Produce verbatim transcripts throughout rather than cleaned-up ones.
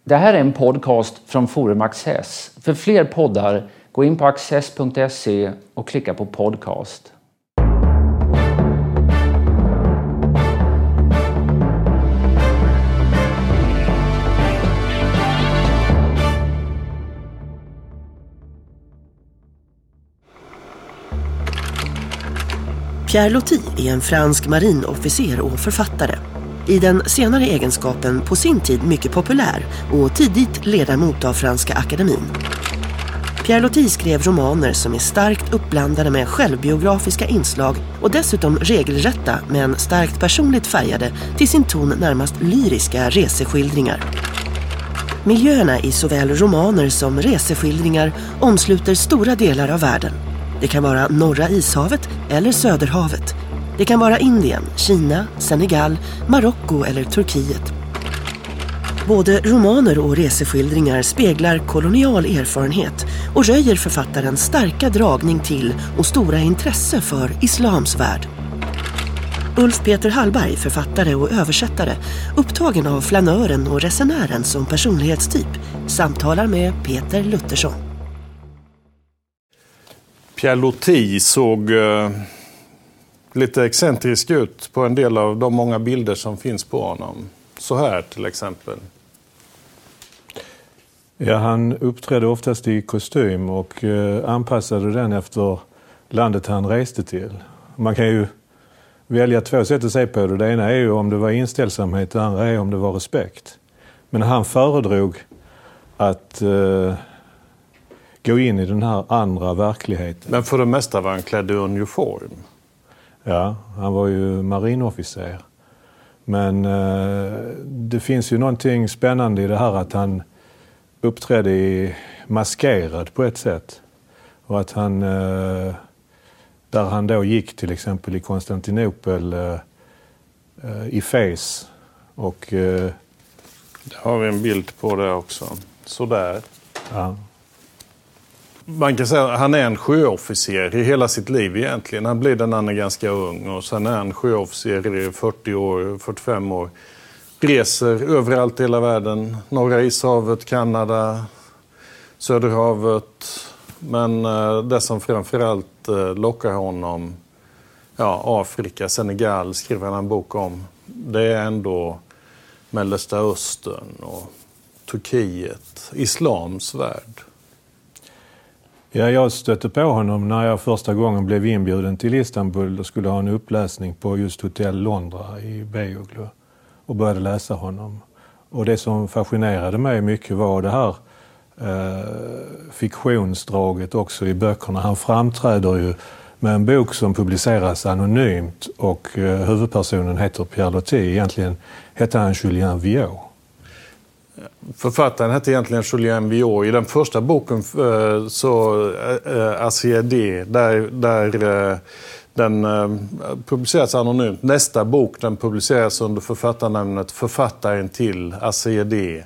Det här är en podcast från Forum Access. För fler poddar, gå in på access punkt se och klicka på podcast. Pierre Loti är en fransk marinofficer och författare. I den senare egenskapen på sin tid mycket populär och tidigt ledamot av Franska akademin. Pierre Loti skrev romaner som är starkt uppblandade med självbiografiska inslag och dessutom regelrätta men starkt personligt färgade till sin ton närmast lyriska reseskildringar. Miljöerna i såväl romaner som reseskildringar omsluter stora delar av världen. Det kan vara Norra ishavet eller Söderhavet. Det kan vara Indien, Kina, Senegal, Marocko eller Turkiet. Både romaner och reseskildringar speglar kolonial erfarenhet och röjer författarens starka dragning till och stora intresse för islams värld. Ulf Peter Hallberg, författare och översättare, upptagen av flanören och resenären som personlighetstyp, samtalar med Peter Luttersson. Pierre Loti såg uh, lite excentrisk ut på en del av de många bilder som finns på honom. Så här till exempel. Ja, han uppträdde oftast i kostym och uh, anpassade den efter landet han reste till. Man kan ju välja två sätt att se på det. Det ena är ju om det var inställsamhet, det andra är om det var respekt. Men han föredrog att uh, gå in i den här andra verkligheten. Men för det mesta var han klädd i uniform. Ja, han var ju marinofficer. Men eh, det finns ju någonting spännande i det här att han uppträdde i maskerad på ett sätt. Och att han, eh, där han då gick till exempel i Konstantinopel, eh, i Fes. Och eh, där har vi en bild på det också. Så där. Ja. Man kan säga att han är en sjöofficer i hela sitt liv egentligen. Han blir den när han är ganska ung och sen är han sjöofficer i fyrtio år, fyrtiofem år. Reser överallt i hela världen. Norra ishavet, Kanada, Söderhavet. Men det som framförallt lockar honom, ja, Afrika, Senegal skriver han en bok om. Det är ändå Mellersta Östern och Turkiet, islams värld. Ja, jag stötte på honom när jag första gången blev inbjuden till Istanbul och skulle ha en uppläsning på just Hotell Londra i Beyoğlu och började läsa honom. Och det som fascinerade mig mycket var det här eh, fiktionsdraget också i böckerna. Han framträder ju med en bok som publiceras anonymt och eh, huvudpersonen heter Pierre Loti. Egentligen hette han Julien Viaud. Författaren hette egentligen Julien Viaud. I den första boken så äh, A C D där, där äh, den äh, publiceras anonymt. Nästa bok den publiceras under författarnamnet Författaren till A C D.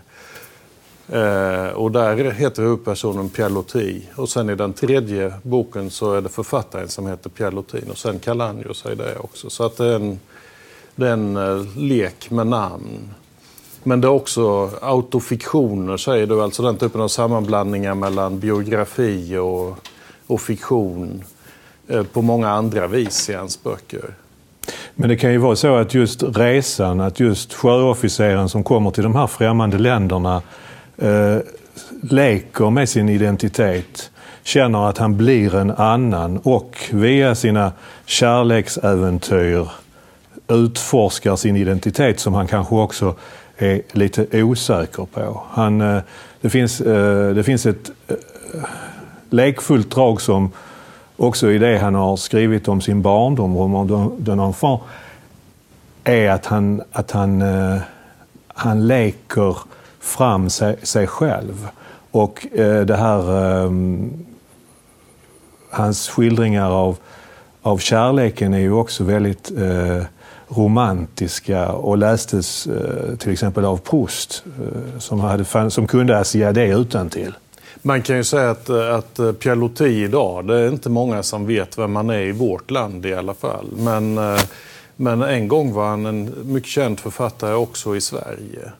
Äh, och där heter huvudpersonen Pierre Loti. Och sen i den tredje boken så är det författaren som heter Pierre Loti. Och sen kallar han ju sig det också. Så att det är en, det är en äh, lek med namn. Men det är också autofiktioner, säger du, alltså den typen av sammanblandningar mellan biografi och, och fiktion eh, på många andra vis i hans böcker. Men det kan ju vara så att just resan, att just sjöofficeren som kommer till de här främmande länderna eh, leker med sin identitet, känner att han blir en annan och via sina kärleksäventyr utforskar sin identitet som han kanske också är lite osäker på. Han, det, finns, det finns ett lekfullt drag som också i det han har skrivit om sin barndom, om den enfant, är att han, att han, han leker fram sig, sig själv. Och det här, hans skildringar av, av kärleken är ju också väldigt romantiska och lästes eh, till exempel av Proust eh, som, hade, som kunde Asia det utan till. Man kan ju säga att, att Pierre Loti idag, det är inte många som vet vem man är i vårt land i alla fall. Men, men en gång var han en mycket känd författare också i Sverige.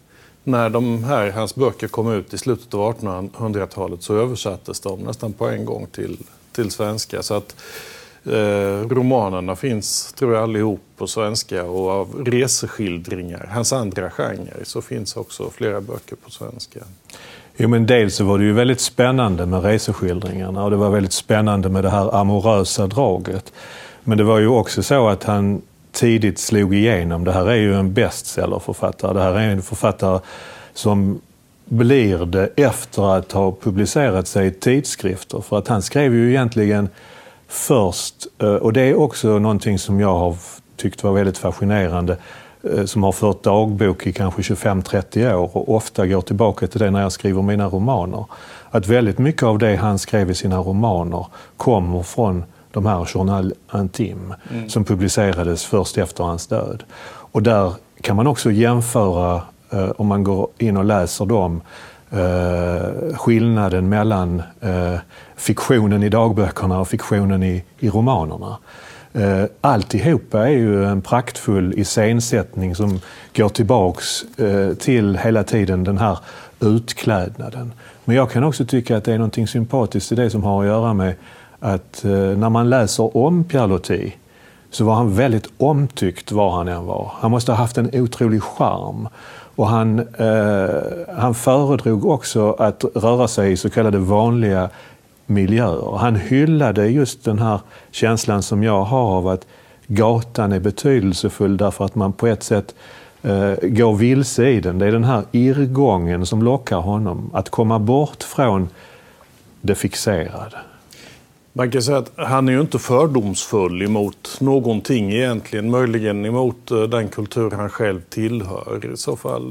när de här, hans böcker kom ut i slutet av artonhundratalet så översattes de nästan på en gång till, till svenska. Så att eh, romanerna finns, tror jag, allihop på svenska, och av reseskildringar, hans andra genre, så finns också flera böcker på svenska. Jo, men dels så var det ju väldigt spännande med reseskildringarna, och det var väldigt spännande med det här amorösa draget. Men det var ju också så att han tidigt slog igenom. Det här är ju en bestsellerförfattare. Det här är en författare som blir det efter att ha publicerat sig i tidskrifter. För att han skrev ju egentligen först, och det är också någonting som jag har tyckt var väldigt fascinerande, som har fört dagbok i kanske tjugofem trettio år och ofta går tillbaka till det när jag skriver mina romaner. Att väldigt mycket av det han skrev i sina romaner kommer från de här Journal Intime mm. som publicerades först efter hans död. Och där kan man också jämföra, eh, om man går in och läser dem, eh, skillnaden mellan eh, fiktionen i dagböckerna och fiktionen i, i romanerna. Eh, alltihopa är ju en praktfull iscensättning som går tillbaks eh, till hela tiden den här utklädnaden. Men jag kan också tycka att det är något sympatiskt i det som har att göra med att eh, när man läser om Pierre Loti så var han väldigt omtyckt var han än var. Han måste ha haft en otrolig charm. Och han, eh, han föredrog också att röra sig i så kallade vanliga miljöer. Han hyllade just den här känslan som jag har av att gatan är betydelsefull därför att man på ett sätt eh, går vilse i den. Det är den här irrgången som lockar honom. Att komma bort från det fixerade. Man kan säga att han är ju inte fördomsfull emot någonting egentligen. Möjligen emot den kultur han själv tillhör i så fall.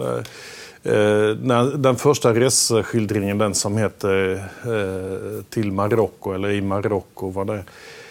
Den första reseskildringen, den som heter Till Marocko eller I Marocko, var det.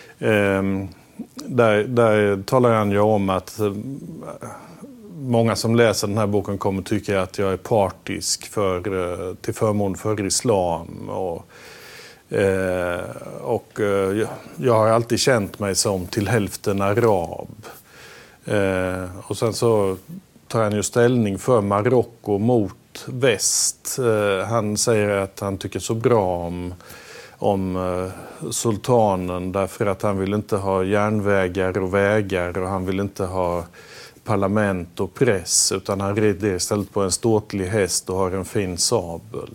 Där, där talar han ju om att många som läser den här boken kommer tycka att jag är partisk för, till förmån för islam. Och Eh, och eh, jag har alltid känt mig som till hälften arab. Eh, och sen så tar han ju ställning för Marocko mot väst. Eh, han säger att han tycker så bra om, om eh, sultanen därför att han vill inte ha järnvägar och vägar, och han vill inte ha parlament och press, utan han rider istället på en ståtlig häst och har en fin sabel.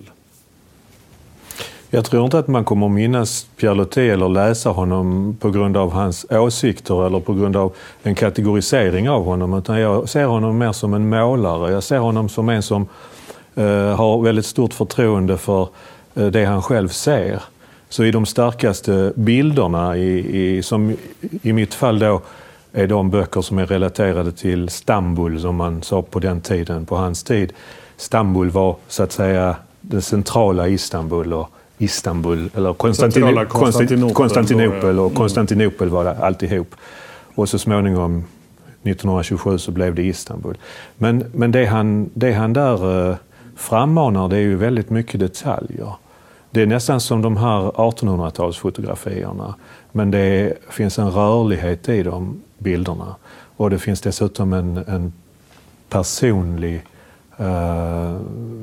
Jag tror inte att man kommer att minnas Pierre Loti eller läsa honom på grund av hans åsikter eller på grund av en kategorisering av honom, utan jag ser honom mer som en målare. Jag ser honom som en som eh, har väldigt stort förtroende för eh, det han själv ser. Så i de starkaste bilderna, i, i, som i mitt fall då är de böcker som är relaterade till Stambul, som man sa på den tiden, på hans tid. Stambul var så att säga det centrala Istanbul, och Istanbul, eller Konstantino- Konstantinopel, Konstantinopel och Konstantinopel var det alltihop. Och så småningom nittonhundratjugosju så blev det Istanbul. Men, men det, han, det han där eh, frammanar, det är ju väldigt mycket detaljer. Det är nästan som de här artonhundratalsfotografierna, men det finns en rörlighet i de bilderna. Och det finns dessutom en, en personlig eh,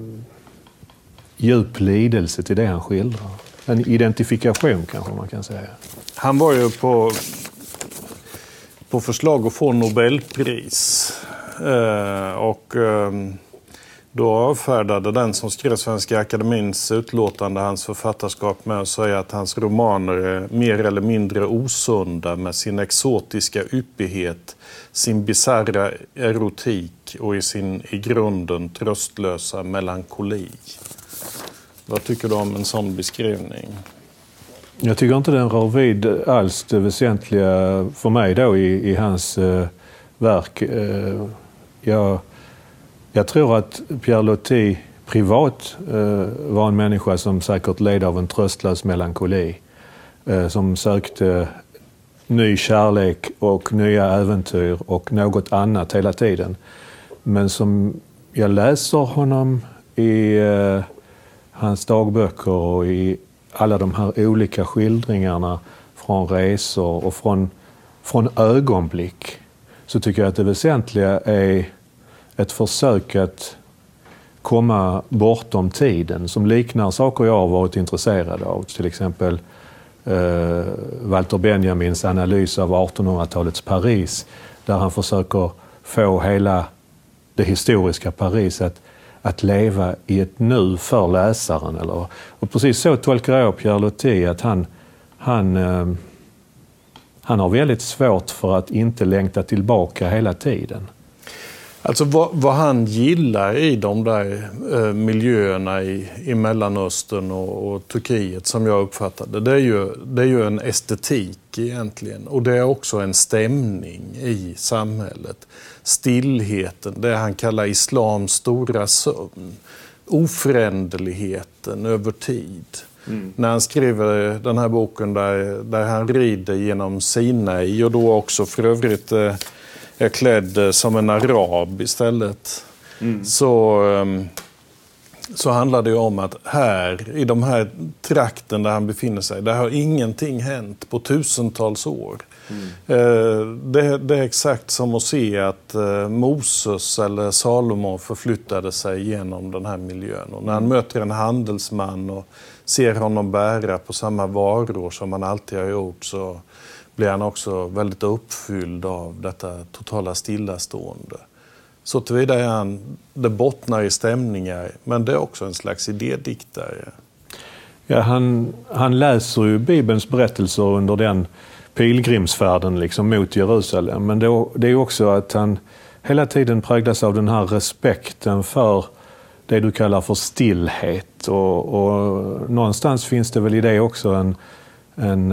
djup lidelse till det han skildrar. En identifikation kanske man kan säga. Han var ju på, på förslag att få Nobelpris. Eh, och eh, då avfärdade den som skrev Svenska Akademins utlåtande hans författarskap med att säga att hans romaner är mer eller mindre osunda med sin exotiska yppighet, sin bizarra erotik och i sin i grunden tröstlösa melankoli. Vad tycker du om en sån beskrivning? Jag tycker inte den rör vid alls det väsentliga för mig då i, i hans eh, verk. Eh, jag, jag tror att Pierre Loti privat eh, var en människa som säkert led av en tröstlös melankoli. Eh, som sökte ny kärlek och nya äventyr och något annat hela tiden. Men som jag läser honom i eh, hans dagböcker och i alla de här olika skildringarna från resor och från, från ögonblick, så tycker jag att det väsentliga är ett försök att komma bortom tiden som liknar saker jag har varit intresserad av. Till exempel eh, Walter Benjamins analys av artonhundratalets Paris, där han försöker få hela det historiska Paris att, att leva i ett nu för läsaren. Eller, och precis så tolkar jag Pierre Loti, att han, han, eh, han har väldigt svårt för att inte längta tillbaka hela tiden. Alltså vad, vad han gillar i de där eh, miljöerna i, i Mellanöstern och, och Turkiet, som jag uppfattade, det är, ju, det är ju en estetik egentligen. Och det är också en stämning i samhället. Stillheten, det han kallar islams stora sömn. Oföränderligheten över tid. Mm. När han skriver den här boken där, där han rider genom Sinai, och då också för övrigt eh, är klädd som en arab istället. Mm. Så, så handlar det ju om att här, i de här trakten där han befinner sig, där har ingenting hänt på tusentals år. Mm. Det, det är exakt som att se att Moses eller Salomo förflyttade sig genom den här miljön. Och när han möter en handelsman och ser honom bära på samma varor som han alltid har gjort, så blir han också väldigt uppfylld av detta totala stillastående. Så tillvida är han, det bottnar i stämningar, men det är också en slags idédiktare. Ja, han, han läser ju Bibelns berättelser under den pilgrimsfärden liksom mot Jerusalem. Men det, det är också att han hela tiden präglas av den här respekten för det du kallar för stillhet. Och, och någonstans finns det väl i det också en... en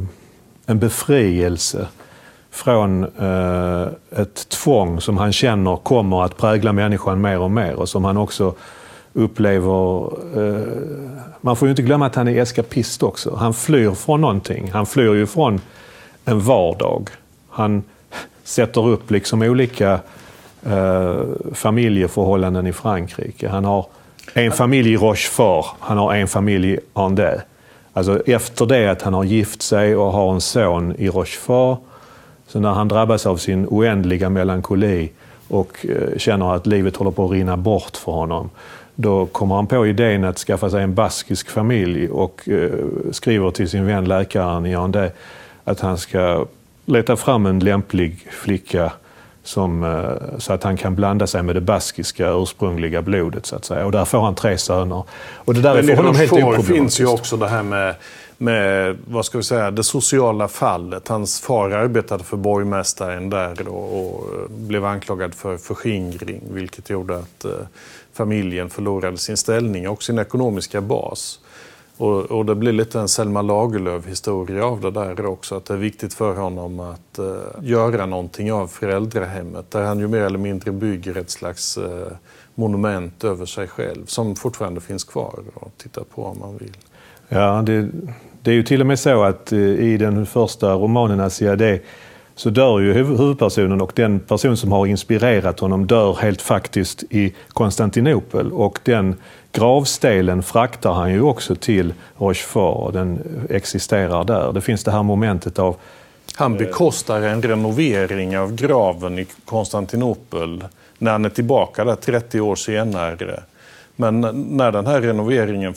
en befrielse från eh, ett tvång som han känner kommer att prägla människan mer och mer, och som han också upplever... Eh, man får ju inte glömma att han är eskapist också. Han flyr från någonting. Han flyr ju från en vardag. Han sätter upp liksom olika eh, familjeförhållanden i Frankrike. Han har en familj i Rochefort, han har en familj i Andé. Alltså efter det att han har gift sig och har en son i Rochefort, så när han drabbas av sin oändliga melankoli och eh, känner att livet håller på att rinna bort för honom, då kommer han på idén att skaffa sig en baskisk familj och eh, skriver till sin vän läkaren i Andé att han ska leta fram en lämplig flicka som, eh, så att han kan blanda sig med det baskiska ursprungliga blodet, så att säga. Och där får han tre söner. Och det där är för honom helt oproblematiskt. Det finns ju också det här med, med vad ska vi säga, det sociala fallet. Hans far arbetade för borgmästaren där och, och blev anklagad för förskingring, vilket gjorde att eh, familjen förlorade sin ställning och sin ekonomiska bas. Och, och det blir lite en Selma Lagerlöf-historia av det där också. Att det är viktigt för honom att uh, göra någonting av föräldrahemmet. Där han ju mer eller mindre bygger ett slags uh, monument över sig själv. Som fortfarande finns kvar och titta på om man vill. Ja, det, det är ju till och med så att uh, i den första romanen Asiade så dör ju huvudpersonen, och den person som har inspirerat honom dör helt faktiskt i Konstantinopel, och den gravstelen fraktar han ju också till Rochefort, och den existerar där. Det finns det här momentet av... Han bekostar en renovering av graven i Konstantinopel när han är tillbaka där trettio år senare. Men när den här renoveringen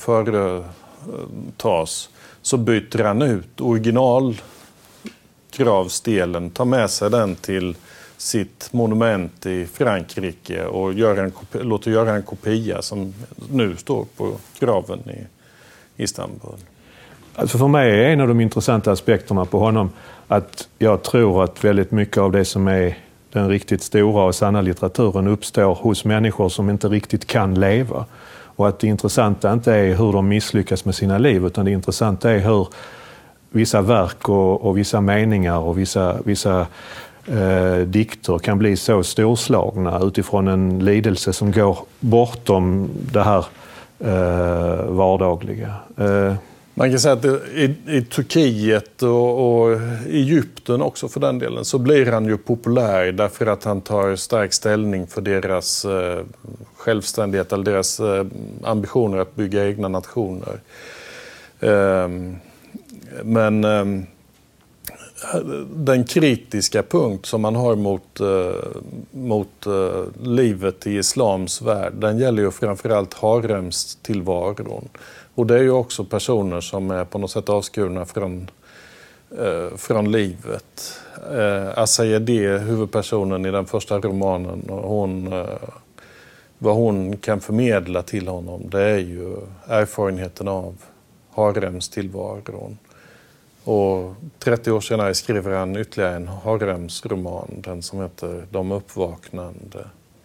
företas så byter han ut original gravstelen, tar med sig den till sitt monument i Frankrike och gör en, låter göra en kopia som nu står på graven i Istanbul. Alltså för mig är en av de intressanta aspekterna på honom att jag tror att väldigt mycket av det som är den riktigt stora och sanna litteraturen uppstår hos människor som inte riktigt kan leva. Och att det intressanta inte är hur de misslyckas med sina liv, utan det intressanta är hur vissa verk och, och vissa meningar och vissa, vissa eh, dikter kan bli så storslagna utifrån en lidelse som går bortom det här eh, vardagliga. Eh. Man kan säga att det, i, i Turkiet och, och Egypten också för den delen så blir han ju populär därför att han tar stark ställning för deras eh, självständighet eller deras eh, ambitioner att bygga egna nationer. Eh, Men eh, den kritiska punkt som man har mot, uh, mot uh, livet i islams värld, den gäller ju framförallt haremstillvaron. Och det är ju också personer som är på något sätt avskurna från, uh, från livet. Uh, Assayedeh, huvudpersonen i den första romanen, hon, uh, vad hon kan förmedla till honom, det är ju erfarenheten av haremstillvaron. Och trettio år senare skriver han ytterligare en haremsroman, den som heter De uppvaknande.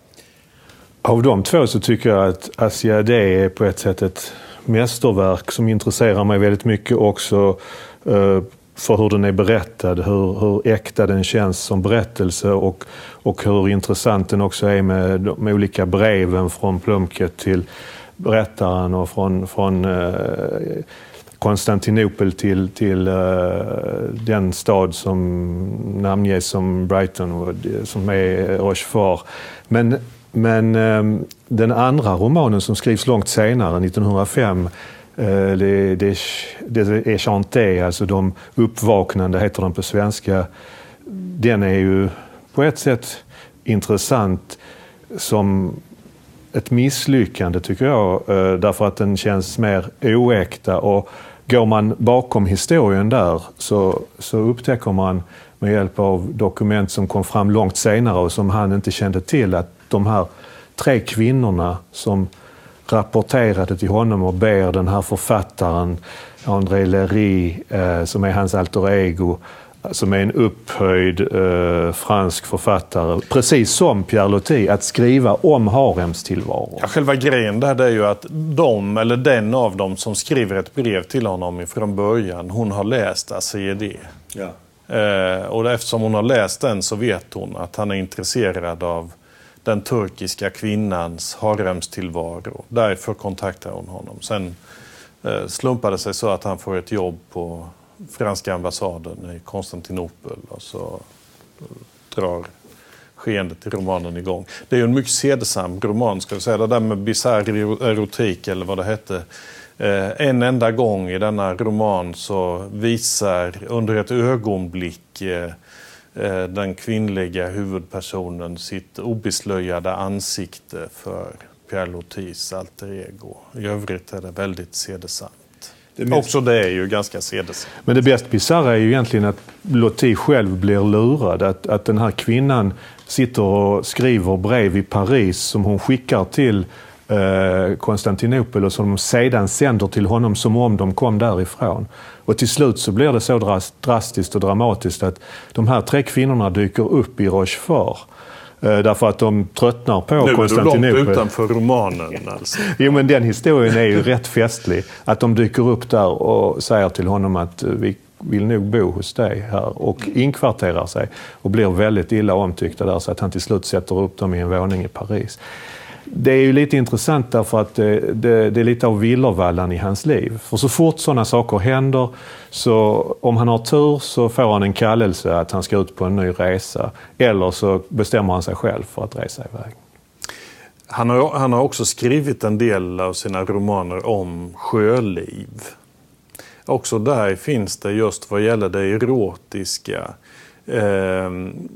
Av de två så tycker jag att Assayedeh är på ett sätt ett mästerverk som intresserar mig väldigt mycket också eh, för hur den är berättad, hur, hur äkta den känns som berättelse och, och hur intressant den också är med de olika breven från Plunkett till berättaren och från, från eh, Konstantinopel till, till uh, den stad som namnges som Brighton, som är Rochefort. Men, men um, den andra romanen som skrivs långt senare, nittonhundrafem, uh, det, det, det är Chanté, alltså De uppvaknande heter den på svenska. Den är ju på ett sätt intressant som ett misslyckande tycker jag, uh, därför att den känns mer oäkta, och går man bakom historien där så, så upptäcker man med hjälp av dokument som kom fram långt senare och som han inte kände till, att de här tre kvinnorna som rapporterade till honom och ber den här författaren André Léry, eh, som är hans alter ego, som är en upphöjd eh, fransk författare, precis som Pierre Loti, att skriva om haremstillvaro. Ja, själva grejen där det är ju att de, eller den av dem som skriver ett brev till honom från början, hon har läst Assayedeh. Ja. Eh, och eftersom hon har läst den så vet hon att han är intresserad av den turkiska kvinnans haremstillvaro. Därför kontaktar hon honom. Sen eh, slumpade det sig så att han får ett jobb på franska ambassaden i Konstantinopel, och så drar skeendet i romanen igång. Det är ju en mycket sedesam roman, ska vi säga. Det där med bisarr erotik eller vad det hette. Eh, en enda gång i denna roman så visar under ett ögonblick eh, eh, den kvinnliga huvudpersonen sitt obeslöjade ansikte för Pierre Lotis alter ego. I övrigt är det väldigt sedesamt. Det mest... Också det är ju ganska sedesamt. Men det bäst bizarra är ju egentligen att Loti själv blir lurad. Att, att den här kvinnan sitter och skriver brev i Paris som hon skickar till eh, Konstantinopel och som de sedan sänder till honom som om de kom därifrån. Och till slut så blir det så drast, drastiskt och dramatiskt att de här tre kvinnorna dyker upp i Rochefort. Därför att de tröttnar på nu Konstantinopel. Nu är du långt utanför romanen alltså. Jo, men den historien är ju rätt festlig. Att de dyker upp där och säger till honom att vi vill nog bo hos dig här. Och inkvarterar sig. Och blir väldigt illa omtyckta där, så att han till slut sätter upp dem i en våning i Paris. Det är ju lite intressant därför att det, det, det är lite av villervallan i hans liv. För så fort sådana saker händer, så om han har tur så får han en kallelse att han ska ut på en ny resa. Eller så bestämmer han sig själv för att resa iväg. Han har, han har också skrivit en del av sina romaner om sjöliv. Också där finns det just vad gäller det erotiska. Eh, eh,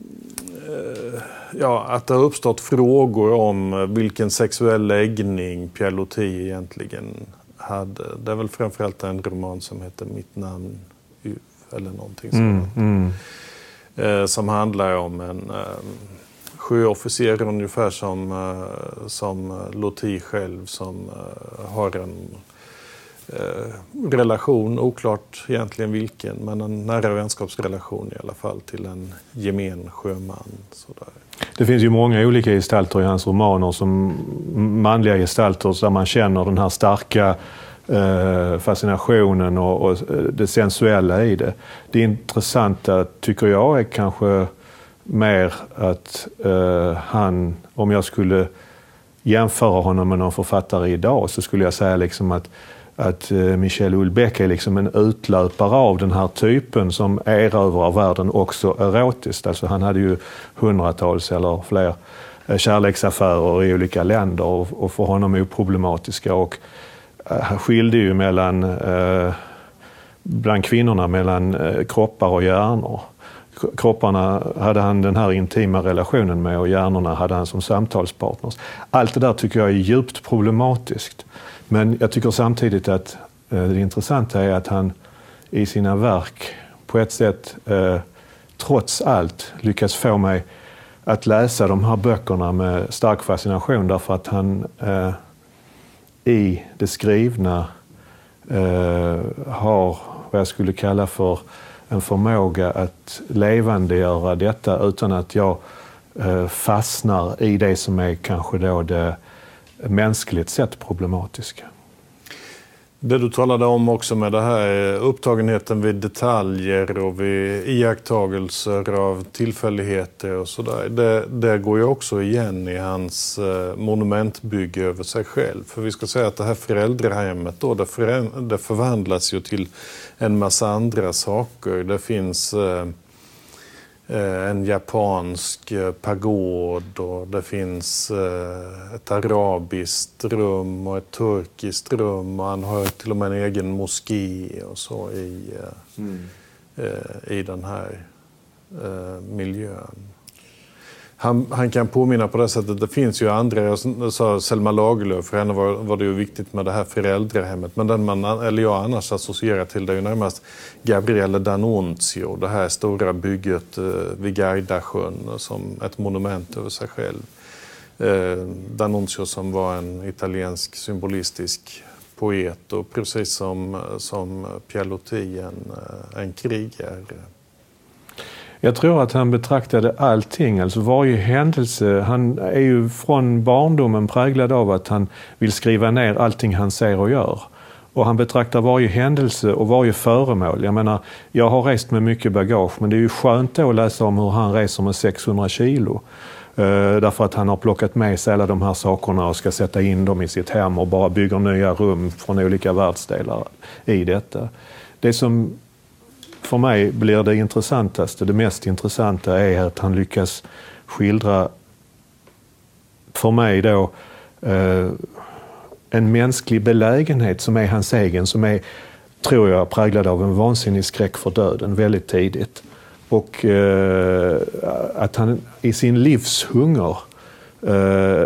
ja, att det har uppstått frågor om vilken sexuell läggning Pierre Loti egentligen hade. Det är väl framförallt en roman som heter Mitt namn Uv eller någonting sådant. Mm, mm. Eh, som handlar om en eh, sjöofficer ungefär som, eh, som Loti själv, som eh, har en eh, relation, oklart egentligen vilken, men en nära vänskapsrelation i alla fall till en gemen sjöman. Sådär. Det finns ju många olika gestalter i hans romaner, som manliga gestalter där man känner den här starka eh, fascinationen och, och det sensuella i det. Det intressanta tycker jag är kanske mer att eh, han, om jag skulle jämföra honom med någon författare idag, så skulle jag säga liksom att att Michel Houellebecq är liksom en utlöpare av den här typen som erövrar världen också erotiskt. Alltså han hade ju hundratals eller fler kärleksaffärer i olika länder och för honom oproblematiska. Och han skilde ju mellan, bland kvinnorna mellan kroppar och hjärnor. kropparna hade han den här intima relationen med och hjärnorna hade han som samtalspartners. Allt det där tycker jag är djupt problematiskt. Men jag tycker samtidigt att eh, det intressanta är att han i sina verk på ett sätt eh, trots allt lyckas få mig att läsa de här böckerna med stark fascination därför att han eh, i det skrivna eh, har vad jag skulle kalla för en förmåga att levandegöra detta utan att jag eh, fastnar i det som är kanske då det mänskligt sett problematiska. Det du talade om också med det här upptagenheten vid detaljer och vid iakttagelser av tillfälligheter och sådär. Det, det går ju också igen i hans monumentbygge över sig själv. För vi ska säga att det här föräldrahemmet då, det, för, det förvandlas ju till en massa andra saker. Det finns eh, en japansk pagod och det finns ett arabiskt rum och ett turkiskt rum och han har till och med en egen moské och så i, mm. i den här miljön. Han, han kan påminna på det sättet, det finns ju andra, jag sa Selma Lagerlöf, för henne var, var det ju viktigt med det här föräldrahemmet, men den man, eller jag annars associerar till det är ju närmast Gabriele D'Annunzio, det här stora bygget eh, vid Gardasjön som ett monument över sig själv. Eh, D'Annunzio som var en italiensk symbolistisk poet och precis som, som Pierre Loti en, en krigare. Jag tror att han betraktade allting, alltså varje händelse. Han är ju från barndomen präglad av att han vill skriva ner allting han ser och gör. Och han betraktar varje händelse och varje föremål. Jag menar, jag har rest med mycket bagage, men det är ju skönt då att läsa om hur han reser med sexhundra kilo. Uh, därför att han har plockat med sig alla de här sakerna och ska sätta in dem i sitt hem och bara bygger nya rum från olika världsdelar i detta. Det som för mig blir det intressantaste, det mest intressanta är att han lyckas skildra för mig då eh, en mänsklig belägenhet som är hans egen, som är, tror jag, präglad av en vansinnig skräck för döden väldigt tidigt. Och eh, att han i sin livshunger eh,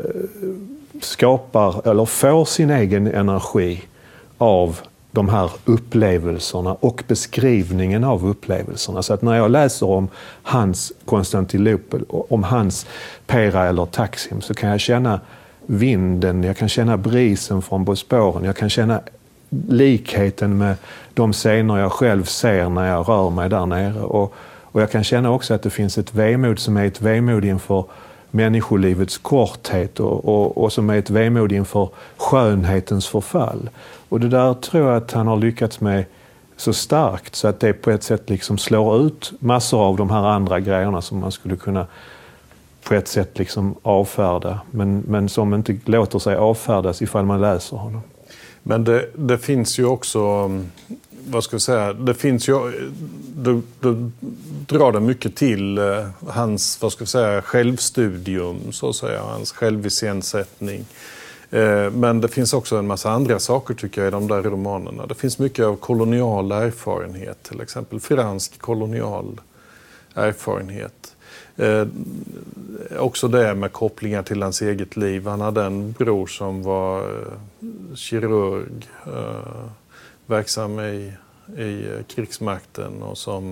skapar eller får sin egen energi av de här upplevelserna och beskrivningen av upplevelserna. Så att när jag läser om hans Konstantinopel, om hans Pera eller Taksim, så kan jag känna vinden, jag kan känna brisen från Bosporen, jag kan känna likheten med de scener jag själv ser när jag rör mig där nere. Och, och jag kan känna också att det finns ett vemod som är ett vemod inför människolivets korthet och, och, och som är ett vemod inför skönhetens förfall. Och det där tror jag att han har lyckats med så starkt så att det på ett sätt liksom slår ut massor av de här andra grejerna som man skulle kunna på ett sätt liksom avfärda. Men, men som inte låter sig avfärdas ifall man läser honom. Men det, det finns ju också, vad ska jag säga, det finns ju, du, du drar det mycket till eh, hans, vad ska jag säga, självstudium så att säga, hans själviscensättning. Eh, men det finns också en massa andra saker tycker jag i de där romanerna. Det finns mycket av kolonial erfarenhet, till exempel fransk kolonial erfarenhet. Eh, också det med kopplingar till hans eget liv. Han hade en bror som var eh, kirurg, eh, verksam i, i krigsmakten och som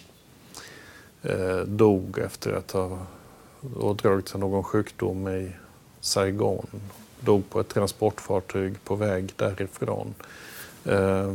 eh, dog efter att ha ådragit sig någon sjukdom i Saigon. Dog på ett transportfartyg på väg därifrån. Eh,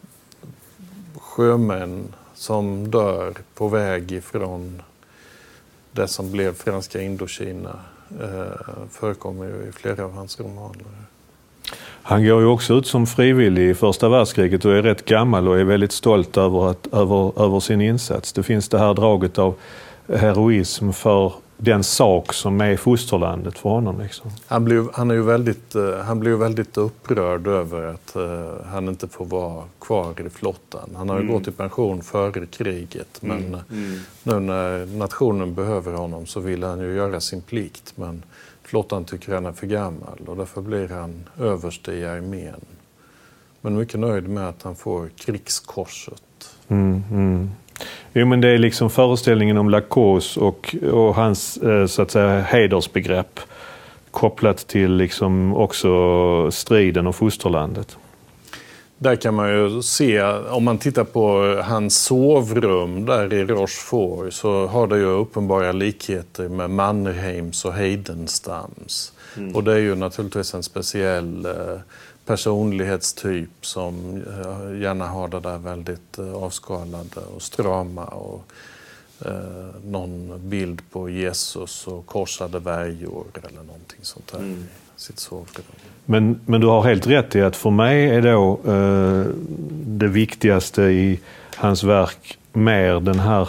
sjömän som dör på väg ifrån det som blev franska Indokina eh, förekommer ju i flera av hans romaner. Han går ju också ut som frivillig i första världskriget och är rätt gammal och är väldigt stolt över, att, över, över sin insats. Det finns det här draget av heroism för den sak som är fosterlandet för honom. Liksom. Han, blev, han, är ju väldigt, han blev väldigt upprörd över att uh, han inte får vara kvar i flottan. Han har ju mm. gått i pension före kriget, men mm. Mm. nu när nationen behöver honom så vill han ju göra sin plikt. Men flottan tycker han är för gammal och därför blir han överste i armén. Men mycket nöjd med att han får krigskorset. Mm, mm. Jo, men det är liksom föreställningen om Lacause och, och hans eh, så att säga hedersbegrepp kopplat till liksom också striden och fosterlandet. Där kan man ju se, om man tittar på hans sovrum där i Rochefort, så har det ju uppenbara likheter med Mannerheims och Heidenstams. Mm. Och det är ju naturligtvis en speciell eh, personlighetstyp som eh, gärna har det där väldigt eh, avskalade och strama och eh, någon bild på Jesus och korsade värjor eller någonting sånt där mm. i sitt sovrum. Men, men du har helt rätt i att för mig är då eh, det viktigaste i hans verk mer den här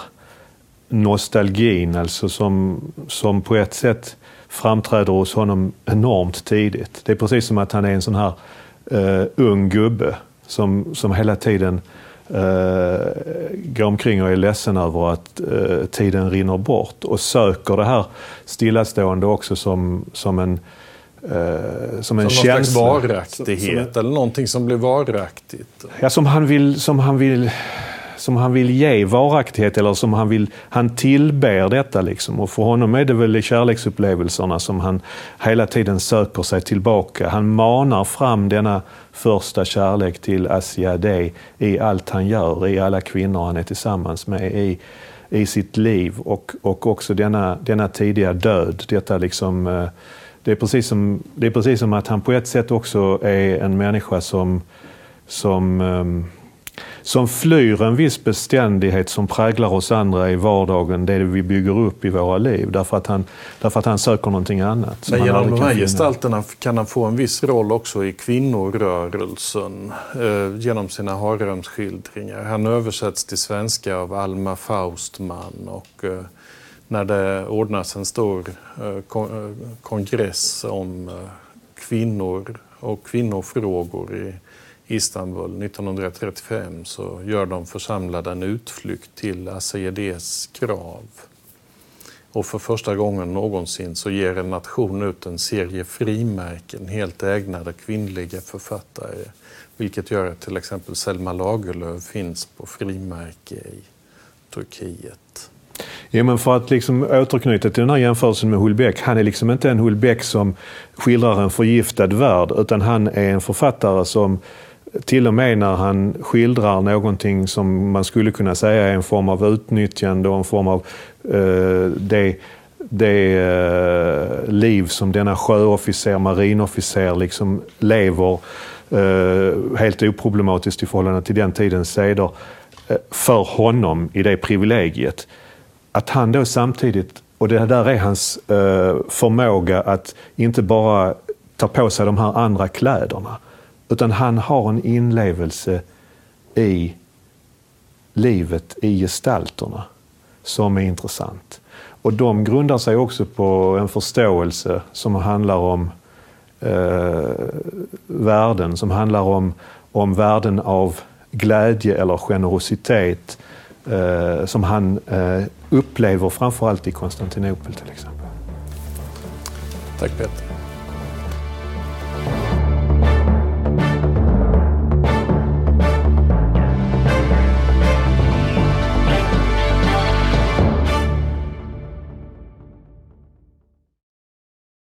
nostalgin, alltså som, som på ett sätt framträder hos honom enormt tidigt. Det är precis som att han är en sån här eh, ung gubbe som, som hela tiden eh, går omkring och är ledsen över att eh, tiden rinner bort och söker det här stillastående också som, som en Uh, som en som känsla. Någon slags varaktighet eller någonting som blir varaktigt. Ja, som han vill, som han vill, som han vill ge varaktighet, eller som han vill, han tillber detta liksom. Och för honom är det väl i kärleksupplevelserna som han hela tiden söker sig tillbaka. Han manar fram denna första kärlek till Asiade i allt han gör, i alla kvinnor han är tillsammans med, i, i sitt liv och, och också denna, denna tidiga död. Detta liksom uh, Det är, precis som, det är precis som att han på ett sätt också är en människa som, som, um, som flyr en viss beständighet som präglar oss andra i vardagen, det vi bygger upp i våra liv, därför att han, därför att han söker någonting annat. Men genom de här gestalterna kan han få en viss roll också i kvinnorörelsen eh, genom sina haremsskildringar. Han översätts till svenska av Alma Faustman och eh, när det ordnas en stor eh, kongress om eh, kvinnor och kvinnofrågor i Istanbul nittonhundratrettiofem, så gör de församlade en utflykt till Asiades grav. Och för första gången någonsin så ger en nation ut en serie frimärken helt ägnade kvinnliga författare, vilket gör att till exempel Selma Lagerlöf finns på frimärke i Turkiet. Ja, men för att liksom återknyta till den här jämförelsen med Houellebecq, han är liksom inte en Houellebecq som skildrar en förgiftad värld, utan han är en författare som till och med när han skildrar någonting som man skulle kunna säga är en form av utnyttjande och en form av eh, det, det eh, liv som denna sjöofficer, marinofficer liksom lever eh, helt oproblematiskt i förhållande till den tidens seder eh, för honom i det privilegiet. Att han då samtidigt, och det där är hans eh, förmåga att inte bara ta på sig de här andra kläderna, utan han har en inlevelse i livet, i gestalterna som är intressant. Och de grundar sig också på en förståelse som handlar om eh, värden, som handlar om, om värden av glädje eller generositet eh, som han eh, upplever framförallt i Konstantinopel till exempel. Tack Peter.